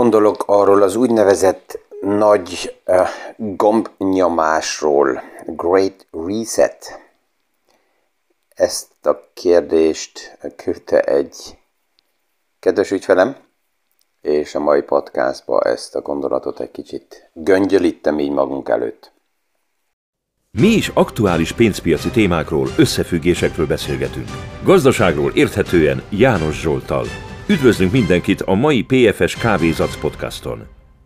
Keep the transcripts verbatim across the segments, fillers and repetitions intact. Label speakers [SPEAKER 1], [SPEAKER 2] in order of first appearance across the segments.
[SPEAKER 1] gondolok arról az úgynevezett nagy uh, gombnyomásról, Great Reset? Ezt a kérdést küldte egy kedves ügyfelem, és a mai podcastba ezt a gondolatot egy kicsit göngyölítem így magunk előtt.
[SPEAKER 2] Mi is aktuális pénzpiaci témákról, összefüggésekről beszélgetünk. Gazdaságról érthetően János Zsolttal. Üdvözlünk mindenkit a mai pé ef es Kávézac podcaston.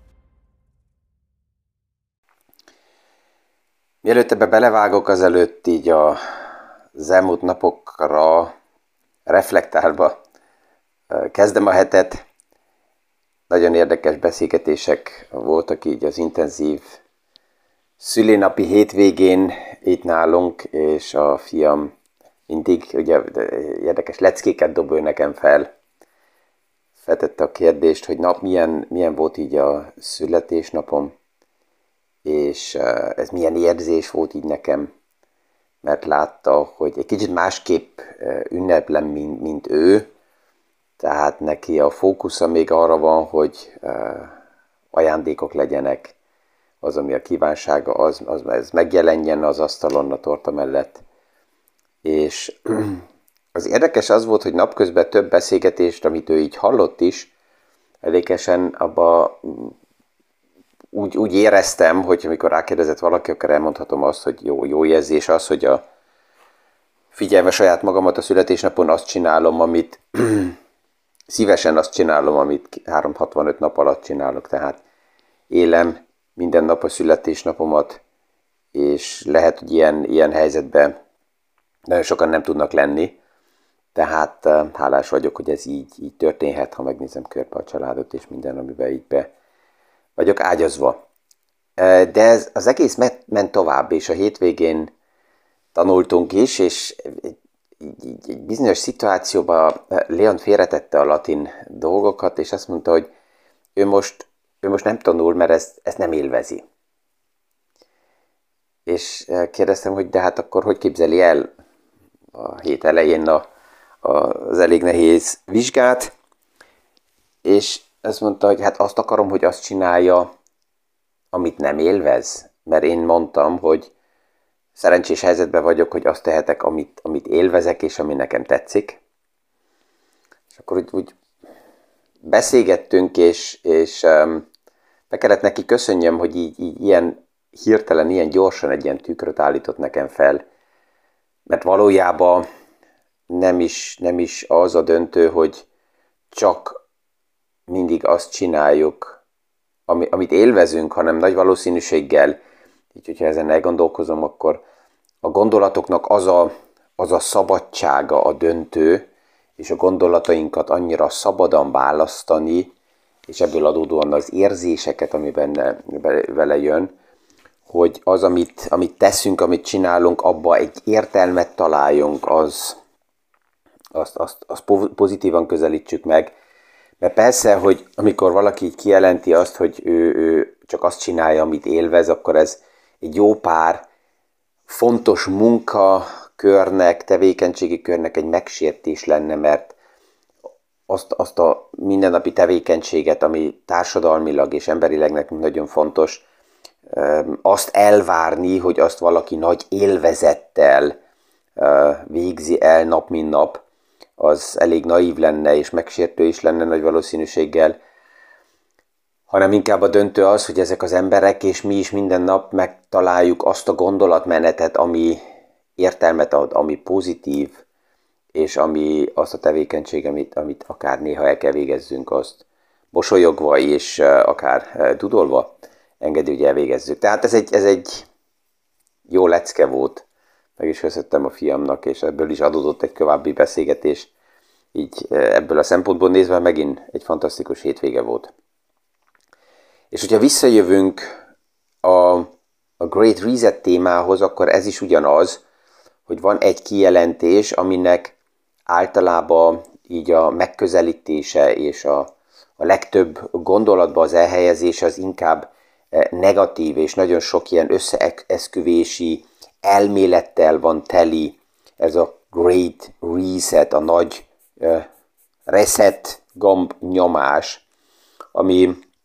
[SPEAKER 1] Mielőtt ebbe belevágok, azelőtt így a, az elmúlt napokra reflektálva kezdem a hetet. Nagyon érdekes beszélgetések voltak így az intenzív szülinapi hétvégén itt nálunk, és a fiam mindig ugye érdekes leckéket dob ő nekem fel. Feltette a kérdést, hogy nap milyen, milyen volt így a születésnapom, és ez milyen érzés volt így nekem, mert látta, hogy egy kicsit másképp ünneplem, mint, mint ő, tehát neki a fókusza még arra van, hogy ajándékok legyenek, az, ami a kívánsága, az, az ez megjelenjen az asztalon a torta mellett. És az érdekes az volt, hogy napközben több beszélgetést, amit ő így hallott is, elégesen abba úgy, úgy éreztem, hogy amikor rákérdezett valaki, akkor elmondhatom azt, hogy jó, jó érzés az, hogy a figyelme saját magamat a születésnapon azt csinálom, amit szívesen azt csinálom, amit háromszázhatvanöt nap alatt csinálok, tehát élem minden nap a születésnapomat, és lehet, hogy ilyen, ilyen helyzetben nagyon sokan nem tudnak lenni, tehát hálás vagyok, hogy ez így, így történhet, ha megnézem körbe a családot és minden, amiben így be vagyok ágyazva. De ez, az egész ment, ment tovább, és a hétvégén tanultunk is, és egy, egy, egy bizonyos szituációban Leon félretette a latin dolgokat, és azt mondta, hogy ő most, ő most nem tanul, mert ezt, ezt nem élvezi. És kérdeztem, hogy de hát akkor hogy képzeli el a hét elején a, a, az elég nehéz vizsgát, és azt mondta, hogy hát azt akarom, hogy azt csinálja, amit nem élvez, mert én mondtam, hogy szerencsés helyzetben vagyok, hogy azt tehetek, amit, amit élvezek, és ami nekem tetszik. És akkor úgy, úgy beszélgettünk, és, és um, be kellett neki köszönjem, hogy így, így ilyen hirtelen, ilyen gyorsan egy ilyen tükröt állított nekem fel, mert valójában nem is, nem is az a döntő, hogy csak mindig azt csináljuk, ami, amit élvezünk, hanem nagy valószínűséggel, így hogyha ezen elgondolkozom, akkor a gondolatoknak az a, az a szabadsága a döntő, és a gondolatainkat annyira szabadan választani, és ebből adódóan az érzéseket, ami benne, vele jön, hogy az, amit, amit teszünk, amit csinálunk, abba egy értelmet találjunk, az, azt, azt, azt pozitívan közelítsük meg. Mert persze, hogy amikor valaki így kijelenti azt, hogy ő, ő csak azt csinálja, amit élvez, akkor ez egy jó pár fontos munkakörnek, tevékenységi körnek egy megsértés lenne, mert azt, azt a mindennapi tevékenységet, ami társadalmilag és emberileg nekünk nagyon fontos, azt elvárni, hogy azt valaki nagy élvezettel végzi el nap mint nap, az elég naív lenne, és megsértő is lenne nagy valószínűséggel, hanem inkább a döntő az, hogy ezek az emberek, és mi is minden nap megtaláljuk azt a gondolatmenetet, ami értelmet ad, ami pozitív, és ami azt a tevékenység, amit, amit akár néha el kell végezzünk, azt mosolyogva és akár dudolva engedi, hogy elvégezzük. Tehát ez egy, ez egy jó lecke volt. Meg is köszöntem a fiamnak, és ebből is adódott egy további beszélgetés. Így ebből a szempontból nézve megint egy fantasztikus hétvége volt. És hogyha visszajövünk a, a Great Reset témához, akkor ez is ugyanaz, hogy van egy kijelentés, aminek általában így a megközelítése és a, a legtöbb gondolatban az elhelyezése az inkább negatív, és nagyon sok ilyen összeesküvési elmélettel van teli ez a Great Reset, a nagy uh, reset gomb nyomás, ami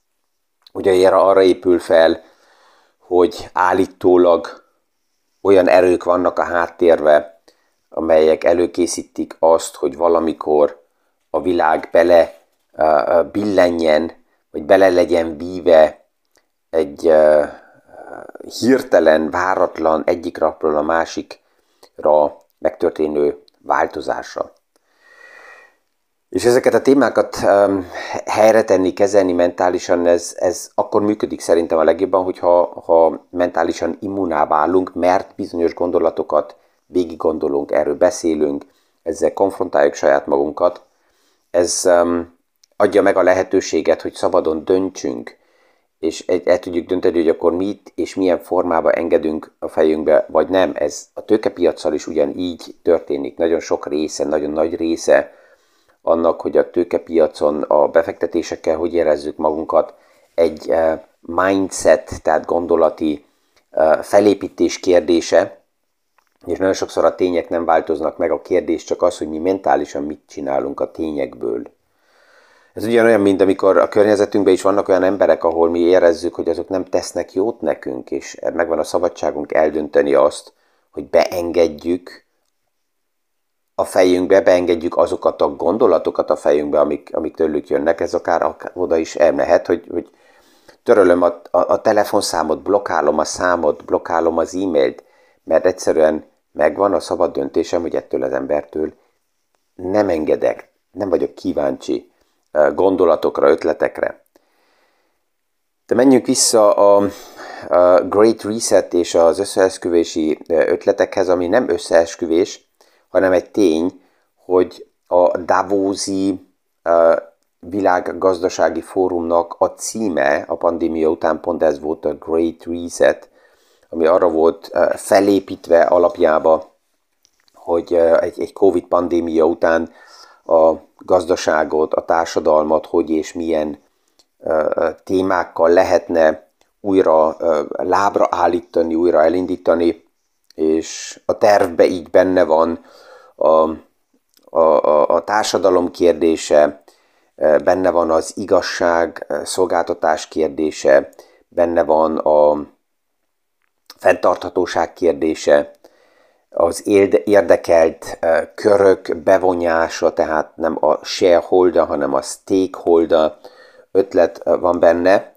[SPEAKER 1] ugye arra épül fel, hogy állítólag olyan erők vannak a háttérbe, amelyek előkészítik azt, hogy valamikor a világ bele uh, billenjen, vagy bele legyen víve egy uh, hirtelen, váratlan, egyik napról a másikra megtörténő változásra. És ezeket a témákat um, helyre tenni, kezelni mentálisan, ez, ez akkor működik szerintem a legjobban, hogyha ha mentálisan immuná válunk, mert bizonyos gondolatokat végig gondolunk, erről beszélünk, ezzel konfrontáljuk saját magunkat. Ez um, adja meg a lehetőséget, hogy szabadon döntsünk, és el tudjuk dönteni, hogy akkor mit és milyen formában engedünk a fejünkbe, vagy nem. Ez a tőkepiacsal is ugyanígy történik. Nagyon sok része, nagyon nagy része annak, hogy a tőkepiacon a befektetésekkel hogy érezzük magunkat, egy uh, mindset, tehát gondolati uh, felépítés kérdése, és nagyon sokszor a tények nem változnak meg, a kérdés csak az, hogy mi mentálisan mit csinálunk a tényekből. Ez ugyanolyan, mint amikor a környezetünkben is vannak olyan emberek, ahol mi érezzük, hogy azok nem tesznek jót nekünk, és megvan a szabadságunk eldönteni azt, hogy beengedjük a fejünkbe, beengedjük azokat a gondolatokat a fejünkbe, amik, amik tőlük jönnek. Ez akár oda is elmehet, hogy, hogy törölöm a, a, a telefonszámot, blokkálom a számot, blokkálom az e-mailt, mert egyszerűen megvan a szabad döntésem, hogy ettől az embertől nem engedek, nem vagyok kíváncsi gondolatokra, ötletekre. De menjünk vissza a, a Great Reset és az összeesküvési ötletekhez, ami nem összeesküvés, hanem egy tény, hogy a Davósi uh, világgazdasági fórumnak a címe a pandémia után pont ez volt, a Great Reset, ami arra volt uh, felépítve alapjába, hogy uh, egy, egy Covid pandémia után a gazdaságot, a társadalmat, hogy és milyen uh, témákkal lehetne újra uh, lábra állítani, újra elindítani, és a tervbe így benne van a, a, a, a társadalom kérdése, benne van az igazság szolgáltatás kérdése, benne van a fenntarthatóság kérdése, az érdekelt körök bevonyása, tehát nem a shareholder, hanem a stakeholder ötlet van benne,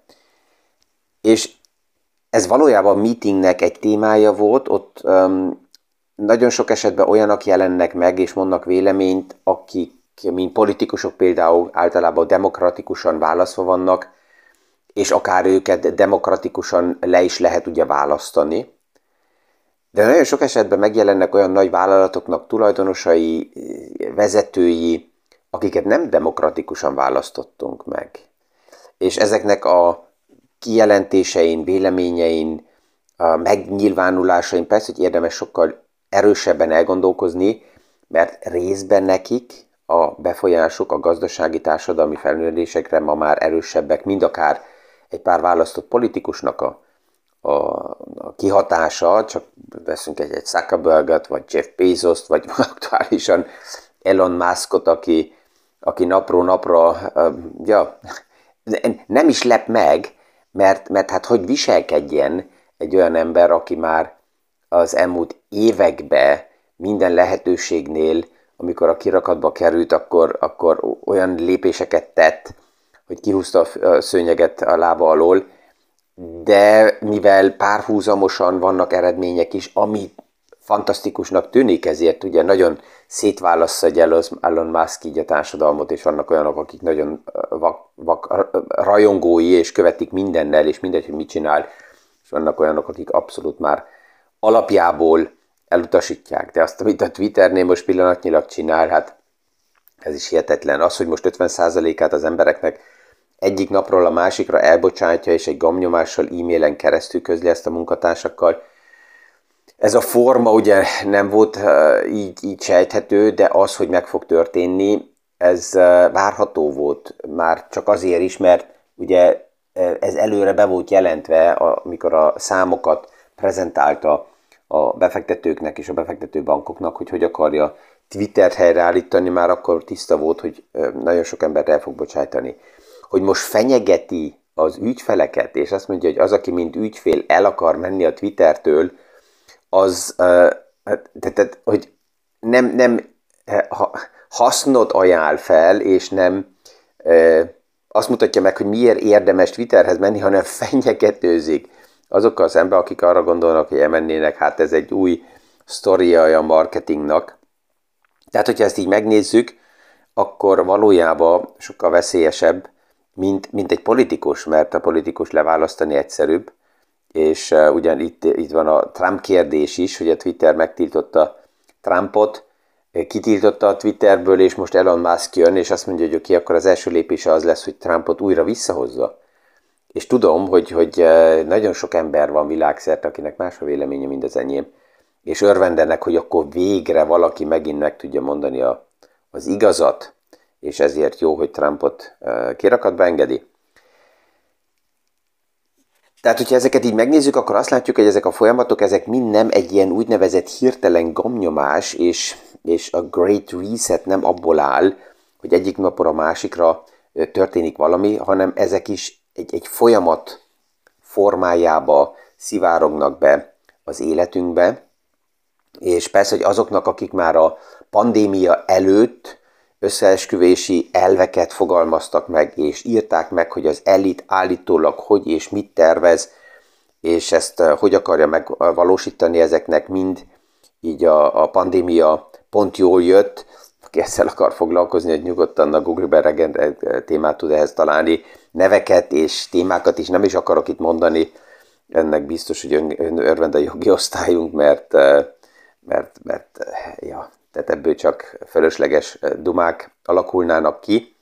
[SPEAKER 1] és ez valójában meetingnek egy témája volt, ott um, nagyon sok esetben olyanok jelennek meg és mondnak véleményt, akik, mint politikusok például általában demokratikusan választva vannak, és akár őket demokratikusan le is lehet ugye választani. De nagyon sok esetben megjelennek olyan nagy vállalatoknak tulajdonosai, vezetői, akiket nem demokratikusan választottunk meg. És ezeknek a kijelentésein, véleményein, a megnyilvánulásain persze, hogy érdemes sokkal erősebben elgondolkozni, mert részben nekik a befolyásuk a gazdasági társadalmi fejlődésekre ma már erősebbek, mint akár egy pár választott politikusnak a, a, a kihatása, csak veszünk egy, egy Zuckerberget, vagy Jeff Bezost, vagy aktuálisan Elon Muskot, aki, aki napról napra, uh, ja, nem is lep meg, mert, mert hát hogy viselkedjen egy olyan ember, aki már az elmúlt években minden lehetőségnél, amikor a kirakatba került, akkor, akkor olyan lépéseket tett, hogy kihúzta a szőnyeget a lába alól, de mivel párhuzamosan vannak eredmények is, ami fantasztikusnak tűnik, ezért ugye nagyon szétválassza egy Elon Musk így a társadalmat, és vannak olyanok, akik nagyon vak, vak, rajongói, és követik mindennel, és mindegy, hogy mit csinál, és vannak olyanok, akik abszolút már alapjából elutasítják. De azt, amit a Twitternél most pillanatnyilag csinál, hát ez is hihetetlen. Az, hogy most ötven százalékát az embereknek egyik napról a másikra elbocsátja, és egy gombnyomással e-mailen keresztül közli ezt a munkatársakkal. Ez a forma ugye nem volt uh, így, így sejthető, de az, hogy meg fog történni, ez uh, várható volt már csak azért is, mert ugye ez előre be volt jelentve, amikor a számokat prezentálta a befektetőknek és a befektető bankoknak, hogy hogy akarja Twittert helyreállítani, már akkor tiszta volt, hogy nagyon sok embert el fog bocsájtani. Hogy most fenyegeti az ügyfeleket, és azt mondja, hogy az, aki mint ügyfél el akar menni a Twittertől, az, uh, tehát, hogy nem, nem ha, hasznot ajánl fel, és nem uh, azt mutatja meg, hogy miért érdemes Twitterhez menni, hanem fenyegetőzik azokkal szemben, akik arra gondolnak, hogy elmennének, hát ez egy új sztoria a marketingnak. Tehát, hogyha ezt így megnézzük, akkor valójában sokkal veszélyesebb, mint, mint egy politikus, mert a politikus leválasztani egyszerűbb, és uh, ugyan itt, itt van a Trump kérdés is, hogy a Twitter megtiltotta Trumpot, kitiltotta a Twitterből, és most Elon Musk jön, és azt mondja, hogy oké, okay, akkor az első lépése az lesz, hogy Trumpot újra visszahozza. És tudom, hogy, hogy nagyon sok ember van világszerte, akinek más a véleménye, mint az enyém, és örvendenek, hogy akkor végre valaki megint meg tudja mondani a, az igazat, és ezért jó, hogy Trumpot kirakatba engedi. Tehát, hogyha ezeket így megnézzük, akkor azt látjuk, hogy ezek a folyamatok, ezek mind nem egy ilyen úgynevezett hirtelen gomnyomás, és, és a Great Reset nem abból áll, hogy egyik napra a másikra történik valami, hanem ezek is egy, egy folyamat formájába szivárognak be az életünkbe, és persze, hogy azoknak, akik már a pandémia előtt összeesküvési elveket fogalmaztak meg, és írták meg, hogy az elit állítólag hogy és mit tervez, és ezt hogy akarja megvalósítani, ezeknek mind így a, a pandémia pont jól jött. Aki ezzel akar foglalkozni, hogy nyugodtan a Google-ben témát tud ehhez találni. Neveket és témákat is nem is akarok itt mondani, ennek biztos, hogy ön, ön örvend a jogi osztályunk, mert, mert, mert ja, tehát ebből csak fölösleges dumák alakulnának ki.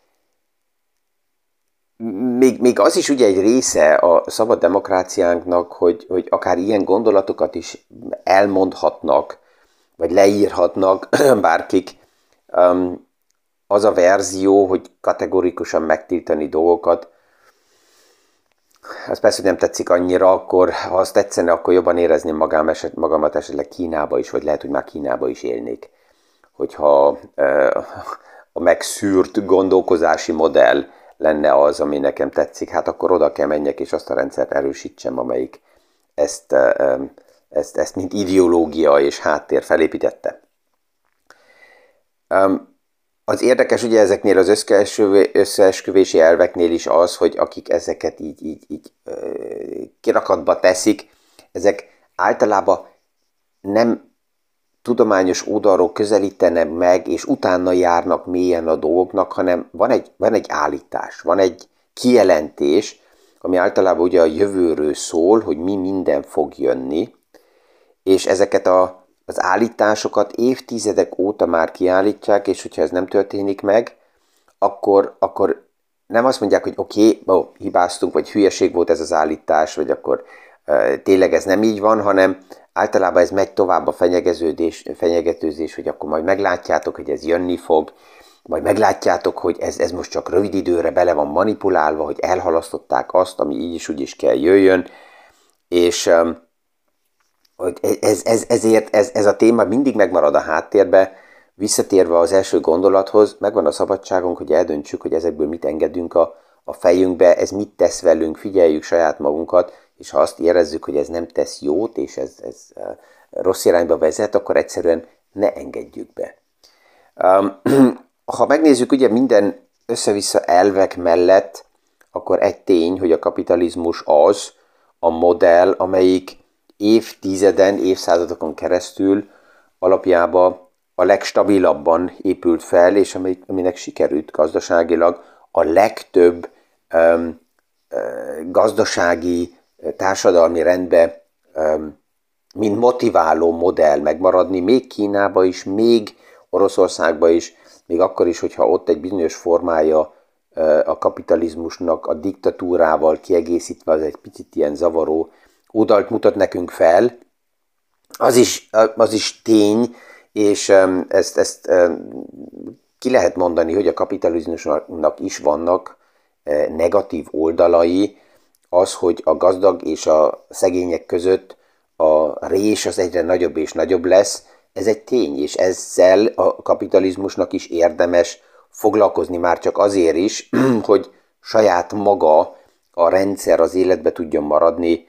[SPEAKER 1] Még, még az is ugye egy része a szabad demokráciánknak, hogy, hogy akár ilyen gondolatokat is elmondhatnak, vagy leírhatnak bárkik. Az a verzió, hogy kategorikusan megtiltani dolgokat, az persze, hogy nem tetszik annyira, akkor ha azt tetszene, akkor jobban érezném magam eset, magamat esetleg Kínába is, vagy lehet, hogy már Kínába is élnék. Hogyha e, a megszűrt gondolkozási modell lenne az, ami nekem tetszik, hát akkor oda kell menjek, és azt a rendszert erősítsem, amelyik ezt, e, ezt, ezt mint ideológia és háttér felépítette. Um, Az érdekes ugye ezeknél az összeesküvési elveknél is az, hogy akik ezeket így, így, így kirakatba teszik, ezek általában nem tudományos oldalról közelítenek meg, és utána járnak mélyen a dolgoknak, hanem van egy, van egy állítás, van egy kijelentés, ami általában ugye a jövőről szól, hogy mi minden fog jönni, és ezeket a az állításokat évtizedek óta már kiállítják, és hogyha ez nem történik meg, akkor, akkor nem azt mondják, hogy oké, okay, oh, hibáztunk, vagy hülyeség volt ez az állítás, vagy akkor uh, tényleg ez nem így van, hanem általában ez megy tovább a fenyegetőzés, fenyegetőzés, hogy akkor majd meglátjátok, hogy ez jönni fog, majd meglátjátok, hogy ez, ez most csak rövid időre bele van manipulálva, hogy elhalasztották azt, ami így is úgy is kell jöjjön, és um, Ez, ez, ezért ez, ez a téma mindig megmarad a háttérbe, visszatérve az első gondolathoz, megvan a szabadságunk, hogy eldöntsük, hogy ezekből mit engedünk a, a fejünkbe, ez mit tesz velünk, figyeljük saját magunkat, és ha azt érezzük, hogy ez nem tesz jót, és ez, ez rossz irányba vezet, akkor egyszerűen ne engedjük be. Ha megnézzük ugye minden össze-vissza elvek mellett, akkor egy tény, hogy a kapitalizmus az a modell, amelyik évtizeden, évszázadokon keresztül alapjában a legstabilabban épült fel, és aminek sikerült gazdaságilag a legtöbb um, uh, gazdasági, társadalmi rendbe um, mint motiváló modell megmaradni, még Kínába is, még Oroszországba is, még akkor is, hogyha ott egy bizonyos formája uh, a kapitalizmusnak a diktatúrával kiegészítve, az egy picit ilyen zavaró oldalt mutat nekünk fel, az is, az is tény, és ezt, ezt ki lehet mondani, hogy a kapitalizmusnak is vannak negatív oldalai, az, hogy a gazdag és a szegények között a rés az egyre nagyobb és nagyobb lesz, ez egy tény, és ezzel a kapitalizmusnak is érdemes foglalkozni már csak azért is, hogy saját maga a rendszer az életbe tudjon maradni,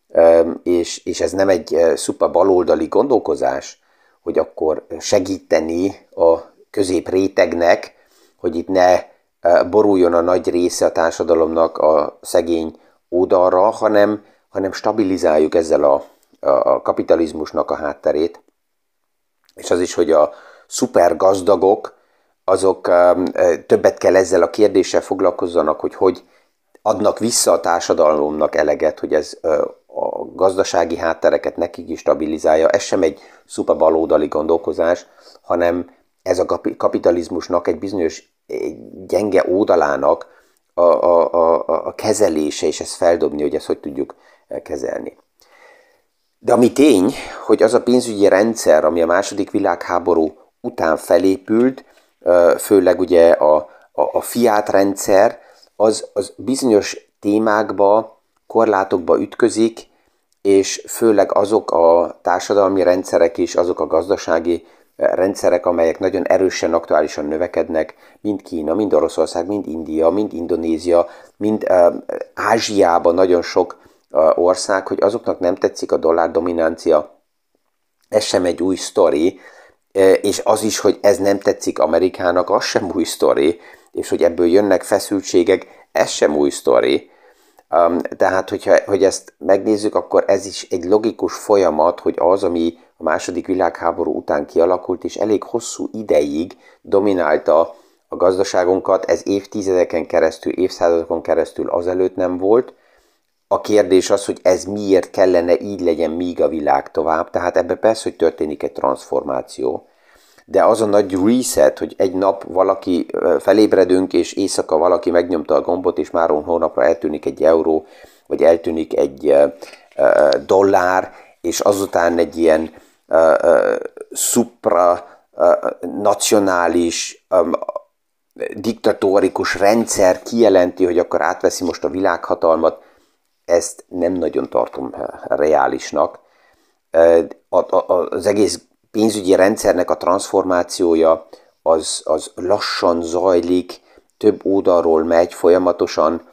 [SPEAKER 1] és, és ez nem egy szuper baloldali gondolkozás, hogy akkor segíteni a középrétegnek, hogy itt ne boruljon a nagy része a társadalomnak a szegény oldalra, hanem, hanem stabilizáljuk ezzel a, a kapitalizmusnak a hátterét. És az is, hogy a szuper gazdagok, azok többet kell ezzel a kérdéssel foglalkozzanak, hogy hogy adnak vissza a társadalomnak eleget, hogy ez a gazdasági háttereket nekik is stabilizálja. Ez sem egy szuper baloldali gondolkozás, hanem ez a kapitalizmusnak egy bizonyos gyenge oldalának a, a, a, a kezelése, és ezt feldobni, hogy ezt hogy tudjuk kezelni. De ami tény, hogy az a pénzügyi rendszer, ami a második világháború után felépült, főleg ugye a, a, a fiat rendszer, az, az bizonyos témákba, korlátokba ütközik, és főleg azok a társadalmi rendszerek is, azok a gazdasági rendszerek, amelyek nagyon erősen, aktuálisan növekednek, mind Kína, mind Oroszország, mind India, mind Indonézia, mind uh, Ázsiában nagyon sok uh, ország, hogy azoknak nem tetszik a dollár dominancia. Ez sem egy új sztori, uh, és az is, hogy ez nem tetszik Amerikának, az sem új sztori, és hogy ebből jönnek feszültségek, ez sem új sztori. Um, tehát, hogyha, hogy ezt megnézzük, akkor ez is egy logikus folyamat, hogy az, ami a második világháború után kialakult, és elég hosszú ideig dominálta a gazdaságunkat, ez évtizedeken keresztül, évszázadokon keresztül azelőtt nem volt. A kérdés az, hogy ez miért kellene így legyen, míg a világ tovább. Tehát ebben persze, hogy történik egy transformáció. De az a nagy reset, hogy egy nap valaki felébredünk, és éjszaka valaki megnyomta a gombot, és már hónapra eltűnik egy euró, vagy eltűnik egy dollár, és azután egy ilyen uh, uh, supranacionális, uh, um, diktatórikus rendszer kijelenti, hogy akkor átveszi most a világhatalmat, ezt nem nagyon tartom reálisnak. Uh, a, a, az egész pénzügyi rendszernek a transformációja az, az lassan zajlik, több oldalról megy folyamatosan,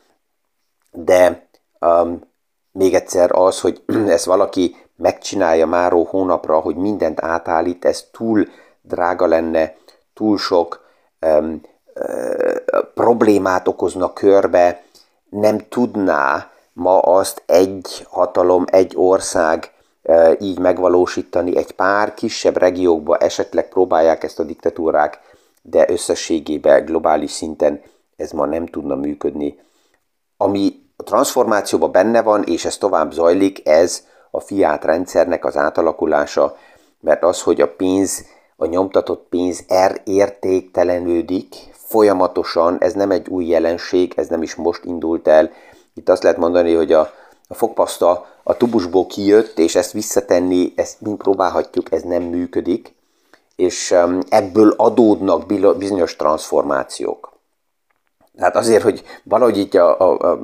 [SPEAKER 1] de um, még egyszer az, hogy ezt valaki megcsinálja máró hónapra, hogy mindent átállít, ez túl drága lenne, túl sok um, uh, problémát okozna körbe, nem tudná ma azt egy hatalom, egy ország uh, így megvalósítani. Egy pár kisebb regiókba esetleg próbálják ezt a diktatúrák, de összességében globális szinten ez ma nem tudna működni. Ami a transformációban benne van, és ez tovább zajlik, ez a fiat rendszernek az átalakulása, mert az, hogy a pénz, a nyomtatott pénz értéktelenődik folyamatosan, ez nem egy új jelenség, ez nem is most indult el. Itt azt lehet mondani, hogy a, a fogpaszta a tubusból kijött, és ezt visszatenni, ezt mind próbálhatjuk, ez nem működik, és ebből adódnak bizonyos transformációk. Hát azért, hogy valahogy itt a, a, a, a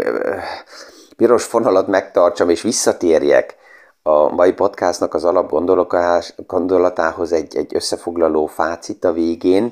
[SPEAKER 1] piros fonalat megtartsam, és visszatérjek a mai podcastnak az alapgondolatához egy, egy összefoglaló fácit a végén,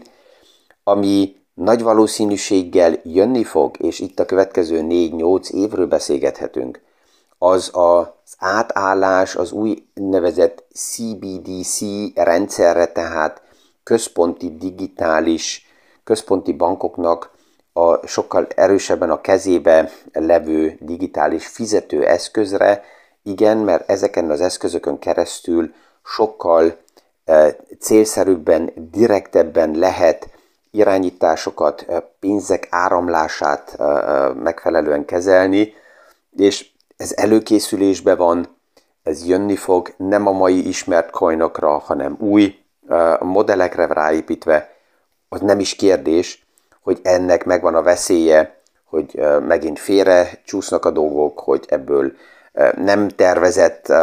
[SPEAKER 1] ami nagy valószínűséggel jönni fog, és itt a következő négy-nyolc évről beszélgethetünk, az az átállás az új nevezett cé bé dé cé rendszerre, tehát központi digitális, központi bankoknak a sokkal erősebben a kezébe levő digitális fizetőeszközre. Igen, mert ezeken az eszközökön keresztül sokkal e, célszerűbben, direktebben lehet irányításokat, pénzek áramlását e, megfelelően kezelni, és ez előkészülésben van, ez jönni fog, nem a mai ismert coinokra, hanem új e, modellekre ráépítve. Az nem is kérdés, hogy ennek megvan a veszélye, hogy e, megint félre csúsznak a dolgok, hogy ebből nem tervezett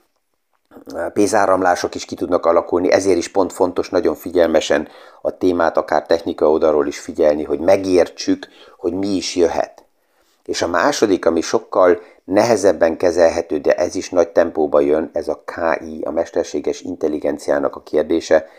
[SPEAKER 1] pénzáramlások is ki tudnak alakulni, ezért is pont fontos nagyon figyelmesen a témát, akár technikai oldalról is figyelni, hogy megértsük, hogy mi is jöhet. És a második, ami sokkal nehezebben kezelhető, de ez is nagy tempóban jön, ez a ká i, a mesterséges intelligenciának a kérdése.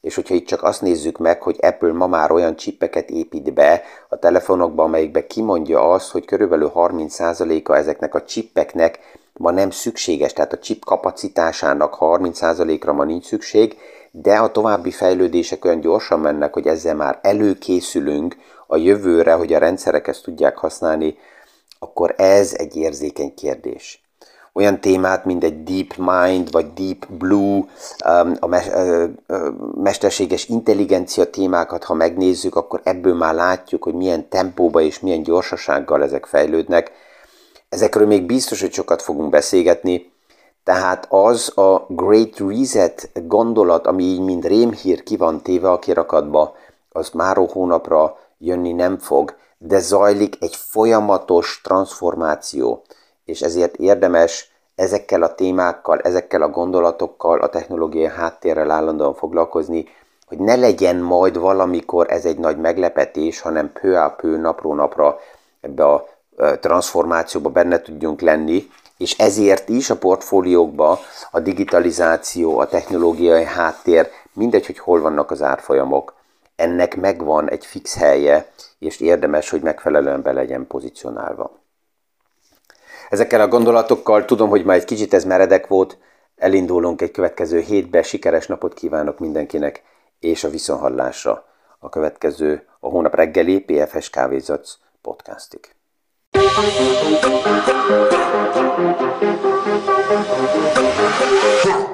[SPEAKER 1] És hogyha itt csak azt nézzük meg, hogy Apple ma már olyan csippeket épít be a telefonokba, amelyikbe kimondja azt, hogy körülbelül harminc százaléka ezeknek a csippeknek ma nem szükséges, tehát a chip kapacitásának harminc százalékra ma nincs szükség, de a további fejlődések olyan gyorsan mennek, hogy ezzel már előkészülünk a jövőre, hogy a rendszerek ezt tudják használni, akkor ez egy érzékeny kérdés. Olyan témát, mint egy Deep Mind, vagy Deep Blue, a mesterséges intelligencia témákat, ha megnézzük, akkor ebből már látjuk, hogy milyen tempóba és milyen gyorsasággal ezek fejlődnek. Ezekről még biztos, hogy sokat fogunk beszélgetni, tehát az a Great Reset gondolat, ami így mind rémhír ki van téve a kirakatba, az máró hónapra jönni nem fog, de zajlik egy folyamatos transformáció, és ezért érdemes ezekkel a témákkal, ezekkel a gondolatokkal, a technológiai háttérrel állandóan foglalkozni, hogy ne legyen majd valamikor ez egy nagy meglepetés, hanem peu à peu, napról napra ebbe a transformációba benne tudjunk lenni, és ezért is a portfóliókba a digitalizáció, a technológiai háttér, mindegy, hogy hol vannak az árfolyamok, ennek megvan egy fix helye, és érdemes, hogy megfelelően be legyen pozícionálva. Ezekkel a gondolatokkal tudom, hogy már egy kicsit ez meredek volt, elindulunk egy következő hétbe, sikeres napot kívánok mindenkinek, és a viszonthallásra a következő, a hónap reggeli pé ef es Kávézac podcastig. Huh.